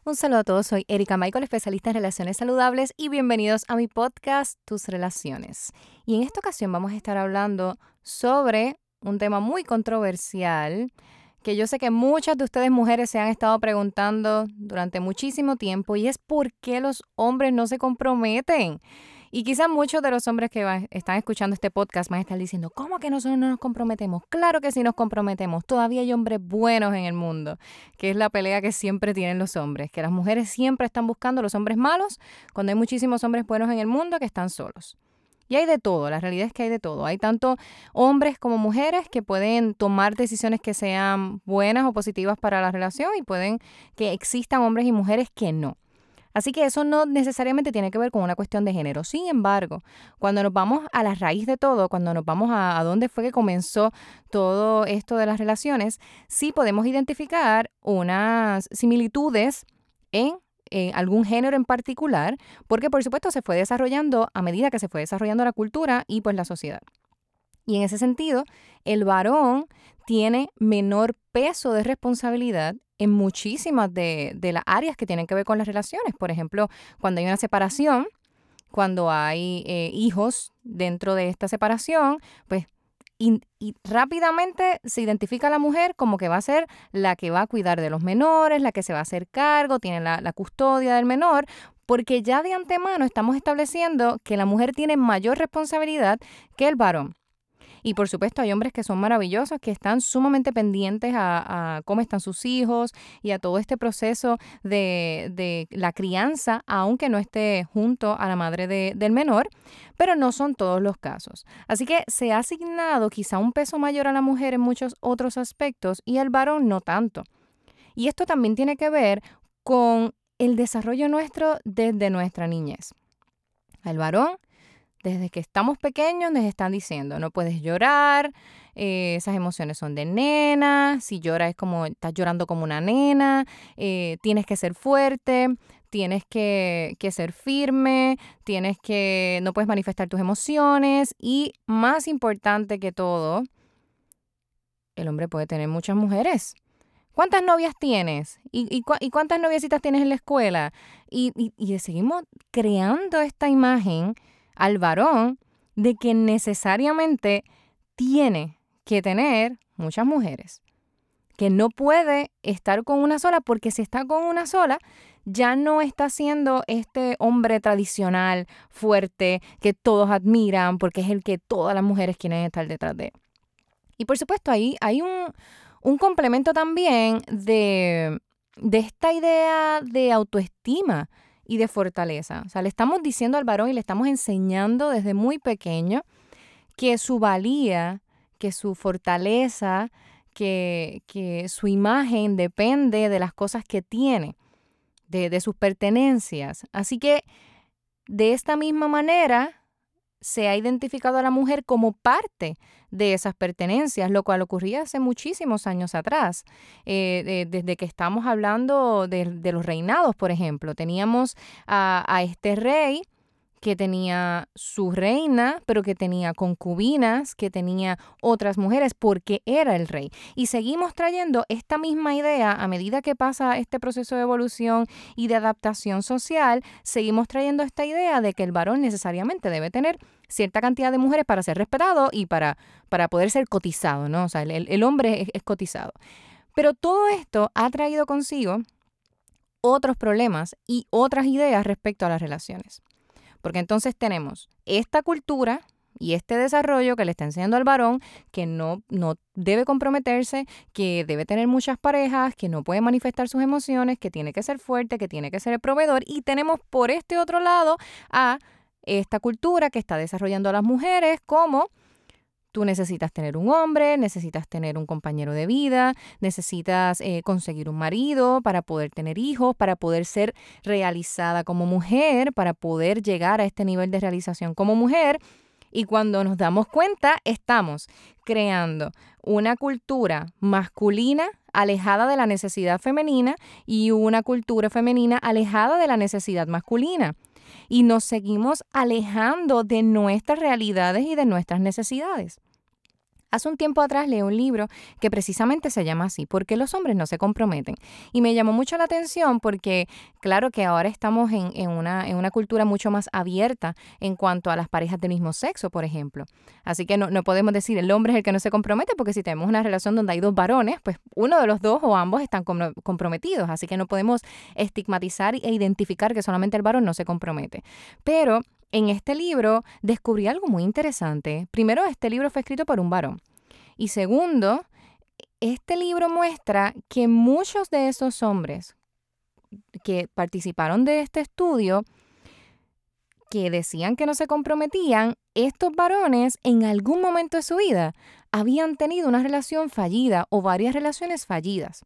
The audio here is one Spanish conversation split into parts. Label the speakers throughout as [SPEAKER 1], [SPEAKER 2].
[SPEAKER 1] Un saludo a todos, soy Erika Michael, especialista en relaciones saludables y bienvenidos a mi podcast Tus Relaciones. Y en esta ocasión vamos a estar hablando sobre un tema muy controversial que yo sé que muchas de ustedes mujeres se han estado preguntando durante muchísimo tiempo y es ¿por qué los hombres no se comprometen? Y quizás muchos de los hombres que están escuchando este podcast van a estar diciendo, ¿cómo que nosotros no nos comprometemos? Claro que sí nos comprometemos. Todavía hay hombres buenos en el mundo, que es la pelea que siempre tienen los hombres, que las mujeres siempre están buscando los hombres malos cuando hay muchísimos hombres buenos en el mundo que están solos. Y hay de todo, la realidad es que hay de todo. Hay tanto hombres como mujeres que pueden tomar decisiones que sean buenas o positivas para la relación y pueden que existan hombres y mujeres que no. Así que eso no necesariamente tiene que ver con una cuestión de género. Sin embargo, cuando nos vamos a la raíz de todo, cuando nos vamos a dónde fue que comenzó todo esto de las relaciones, sí podemos identificar unas similitudes en algún género en particular, porque por supuesto se fue desarrollando a medida que se fue desarrollando la cultura y pues la sociedad. Y en ese sentido, el varón tiene menor peso de responsabilidad en muchísimas de las áreas que tienen que ver con las relaciones. Por ejemplo, cuando hay una separación, cuando hay hijos dentro de esta separación, pues y rápidamente se identifica a la mujer como que va a ser la que va a cuidar de los menores, la que se va a hacer cargo, tiene la custodia del menor, porque ya de antemano estamos estableciendo que la mujer tiene mayor responsabilidad que el varón. Y por supuesto hay hombres que son maravillosos, que están sumamente pendientes a cómo están sus hijos y a todo este proceso de la crianza, aunque no esté junto a la madre del menor, pero no son todos los casos. Así que se ha asignado quizá un peso mayor a la mujer en muchos otros aspectos y al varón no tanto. Y esto también tiene que ver con el desarrollo nuestro desde nuestra niñez. Al varón, desde que estamos pequeños nos están diciendo, no puedes llorar, esas emociones son de nena, si lloras es como, estás llorando como una nena, tienes que ser fuerte, tienes que ser firme, no puedes manifestar tus emociones y más importante que todo, el hombre puede tener muchas mujeres. ¿Cuántas novias tienes? ¿Y cuántas noviecitas tienes en la escuela? Y seguimos creando esta imagen al varón de que necesariamente tiene que tener muchas mujeres, que no puede estar con una sola porque si está con una sola ya no está siendo este hombre tradicional, fuerte, que todos admiran porque es el que todas las mujeres quieren estar detrás de él. Y por supuesto ahí hay un complemento también de esta idea de autoestima y de fortaleza. O sea, le estamos diciendo al varón y le estamos enseñando desde muy pequeño que su valía, que su fortaleza, que su imagen depende de las cosas que tiene, de sus pertenencias. Así que de esta misma manera se ha identificado a la mujer como parte de esas pertenencias, lo cual ocurría hace muchísimos años atrás. Desde que estamos hablando de los reinados, por ejemplo, teníamos a este rey que tenía su reina, pero que tenía concubinas, que tenía otras mujeres, porque era el rey. Y seguimos trayendo esta misma idea a medida que pasa este proceso de evolución y de adaptación social, seguimos trayendo esta idea de que el varón necesariamente debe tener cierta cantidad de mujeres para ser respetado y para poder ser cotizado, ¿no? O sea, el hombre es cotizado. Pero todo esto ha traído consigo otros problemas y otras ideas respecto a las relaciones. Porque entonces tenemos esta cultura y este desarrollo que le está enseñando al varón que no debe comprometerse, que debe tener muchas parejas, que no puede manifestar sus emociones, que tiene que ser fuerte, que tiene que ser el proveedor. Y tenemos por este otro lado a esta cultura que está desarrollando a las mujeres como tú necesitas tener un hombre, necesitas tener un compañero de vida, necesitas conseguir un marido para poder tener hijos, para poder ser realizada como mujer, para poder llegar a este nivel de realización como mujer. Y cuando nos damos cuenta, estamos creando una cultura masculina alejada de la necesidad femenina y una cultura femenina alejada de la necesidad masculina. Y nos seguimos alejando de nuestras realidades y de nuestras necesidades. Hace un tiempo atrás leí un libro que precisamente se llama así, ¿Por qué los hombres no se comprometen? Y me llamó mucho la atención porque, claro que ahora estamos en una cultura mucho más abierta en cuanto a las parejas del mismo sexo, por ejemplo. Así que no podemos decir el hombre es el que no se compromete, porque si tenemos una relación donde hay dos varones, pues uno de los dos o ambos están comprometidos. Así que no podemos estigmatizar e identificar que solamente el varón no se compromete. Pero en este libro descubrí algo muy interesante. Primero, este libro fue escrito por un varón. Y segundo, este libro muestra que muchos de esos hombres que participaron de este estudio, que decían que no se comprometían, estos varones en algún momento de su vida habían tenido una relación fallida o varias relaciones fallidas.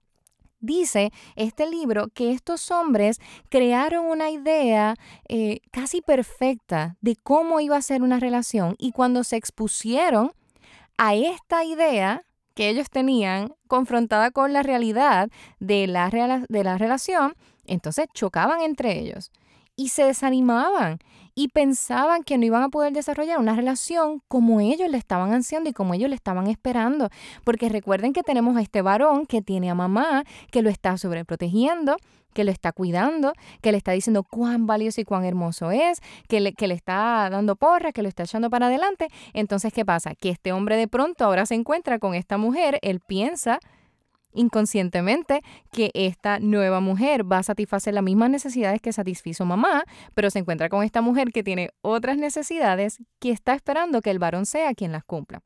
[SPEAKER 1] Dice este libro que estos hombres crearon una idea casi perfecta de cómo iba a ser una relación, y cuando se expusieron a esta idea que ellos tenían confrontada con la realidad de la relación, entonces chocaban entre ellos y se desanimaban y pensaban que no iban a poder desarrollar una relación como ellos le estaban ansiando y como ellos le estaban esperando. Porque recuerden que tenemos a este varón que tiene a mamá, que lo está sobreprotegiendo, que lo está cuidando, que le está diciendo cuán valioso y cuán hermoso es, que le está dando porra, que lo está echando para adelante. Entonces, ¿qué pasa? Que este hombre de pronto ahora se encuentra con esta mujer, él piensa inconscientemente que esta nueva mujer va a satisfacer las mismas necesidades que satisfizo mamá, pero se encuentra con esta mujer que tiene otras necesidades, que está esperando que el varón sea quien las cumpla.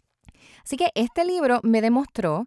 [SPEAKER 1] Así que este libro me demostró,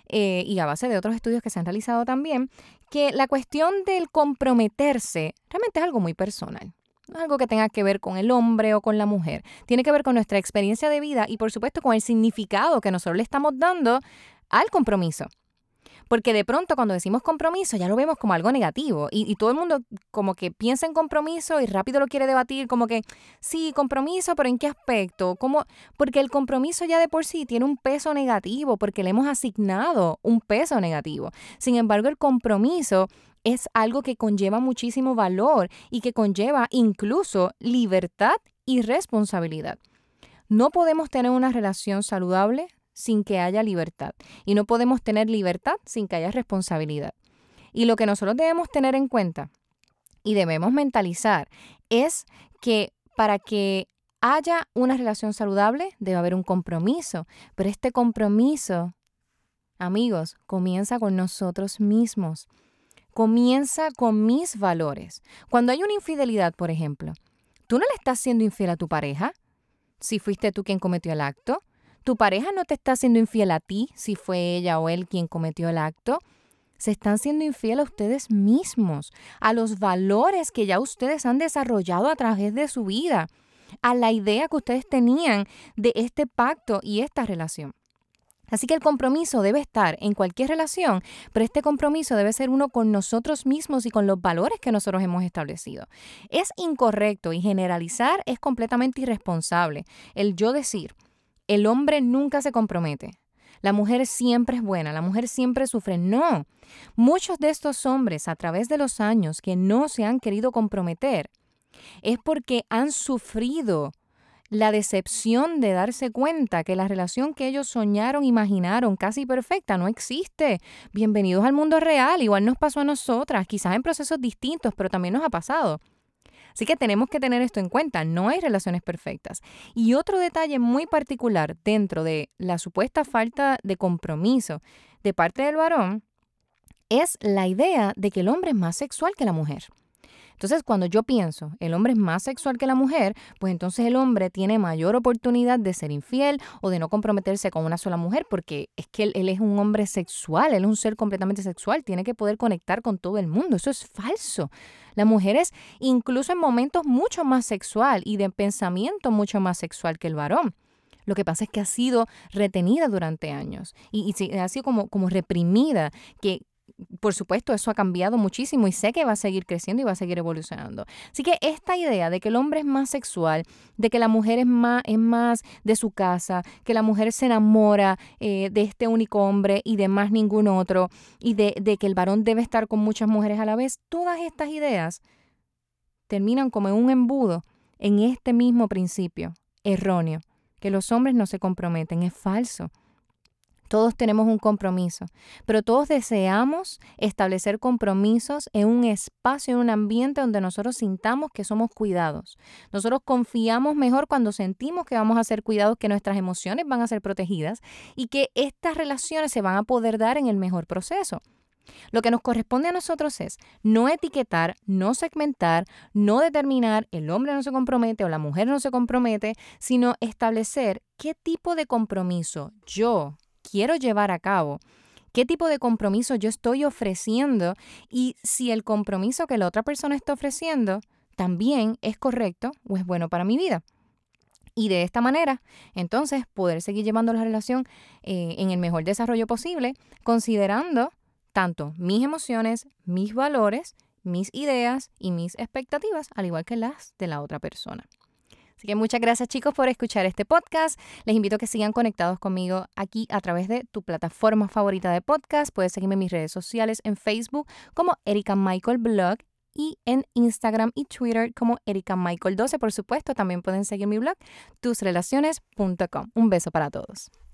[SPEAKER 1] y a base de otros estudios que se han realizado también, que la cuestión del comprometerse realmente es algo muy personal. No es algo que tenga que ver con el hombre o con la mujer. Tiene que ver con nuestra experiencia de vida y, por supuesto, con el significado que nosotros le estamos dando al compromiso. Porque de pronto cuando decimos compromiso ya lo vemos como algo negativo y todo el mundo como que piensa en compromiso y rápido lo quiere debatir, como que sí, compromiso, pero ¿en qué aspecto? ¿Cómo? Porque el compromiso ya de por sí tiene un peso negativo porque le hemos asignado un peso negativo. Sin embargo, el compromiso es algo que conlleva muchísimo valor y que conlleva incluso libertad y responsabilidad. No podemos tener una relación saludable sin que haya libertad. Y no podemos tener libertad sin que haya responsabilidad. Y lo que nosotros debemos tener en cuenta y debemos mentalizar es que para que haya una relación saludable debe haber un compromiso. Pero este compromiso, amigos, comienza con nosotros mismos. Comienza con mis valores. Cuando hay una infidelidad, por ejemplo, ¿tú no le estás siendo infiel a tu pareja? Si fuiste tú quien cometió el acto. Tu pareja no te está siendo infiel a ti, si fue ella o él quien cometió el acto. Se están siendo infiel a ustedes mismos, a los valores que ya ustedes han desarrollado a través de su vida, a la idea que ustedes tenían de este pacto y esta relación. Así que el compromiso debe estar en cualquier relación, pero este compromiso debe ser uno con nosotros mismos y con los valores que nosotros hemos establecido. Es incorrecto y generalizar es completamente irresponsable el yo decir: el hombre nunca se compromete. La mujer siempre es buena, la mujer siempre sufre. No. Muchos de estos hombres a través de los años que no se han querido comprometer es porque han sufrido la decepción de darse cuenta que la relación que ellos soñaron, imaginaron, casi perfecta, no existe. Bienvenidos al mundo real. Igual nos pasó a nosotras, quizás en procesos distintos, pero también nos ha pasado. Así que tenemos que tener esto en cuenta, no hay relaciones perfectas. Y otro detalle muy particular dentro de la supuesta falta de compromiso de parte del varón es la idea de que el hombre es más sexual que la mujer. Entonces, cuando yo pienso, el hombre es más sexual que la mujer, pues entonces el hombre tiene mayor oportunidad de ser infiel o de no comprometerse con una sola mujer, porque es que él es un hombre sexual, él es un ser completamente sexual, tiene que poder conectar con todo el mundo. Eso es falso. La mujer es incluso en momentos mucho más sexual y de pensamiento mucho más sexual que el varón. Lo que pasa es que ha sido retenida durante años y ha sido como reprimida, que por supuesto, eso ha cambiado muchísimo y sé que va a seguir creciendo y va a seguir evolucionando. Así que esta idea de que el hombre es más sexual, de que la mujer es más de su casa, que la mujer se enamora de este único hombre y de más ningún otro, y de que el varón debe estar con muchas mujeres a la vez, todas estas ideas terminan como en un embudo en este mismo principio erróneo que los hombres no se comprometen. Es falso. Todos tenemos un compromiso, pero todos deseamos establecer compromisos en un espacio, en un ambiente donde nosotros sintamos que somos cuidados. Nosotros confiamos mejor cuando sentimos que vamos a ser cuidados, que nuestras emociones van a ser protegidas y que estas relaciones se van a poder dar en el mejor proceso. Lo que nos corresponde a nosotros es no etiquetar, no segmentar, no determinar el hombre no se compromete o la mujer no se compromete, sino establecer qué tipo de compromiso yo quiero llevar a cabo, qué tipo de compromiso yo estoy ofreciendo y si el compromiso que la otra persona está ofreciendo también es correcto o es bueno para mi vida. Y de esta manera, entonces, poder seguir llevando la relación en el mejor desarrollo posible, considerando tanto mis emociones, mis valores, mis ideas y mis expectativas, al igual que las de la otra persona. Así que muchas gracias, chicos, por escuchar este podcast. Les invito a que sigan conectados conmigo aquí a través de tu plataforma favorita de podcast. Puedes seguirme en mis redes sociales en Facebook como Erica Michael Blog y en Instagram y Twitter como Erica Michael 12. Por supuesto, también pueden seguir mi blog tusrelaciones.com. Un beso para todos.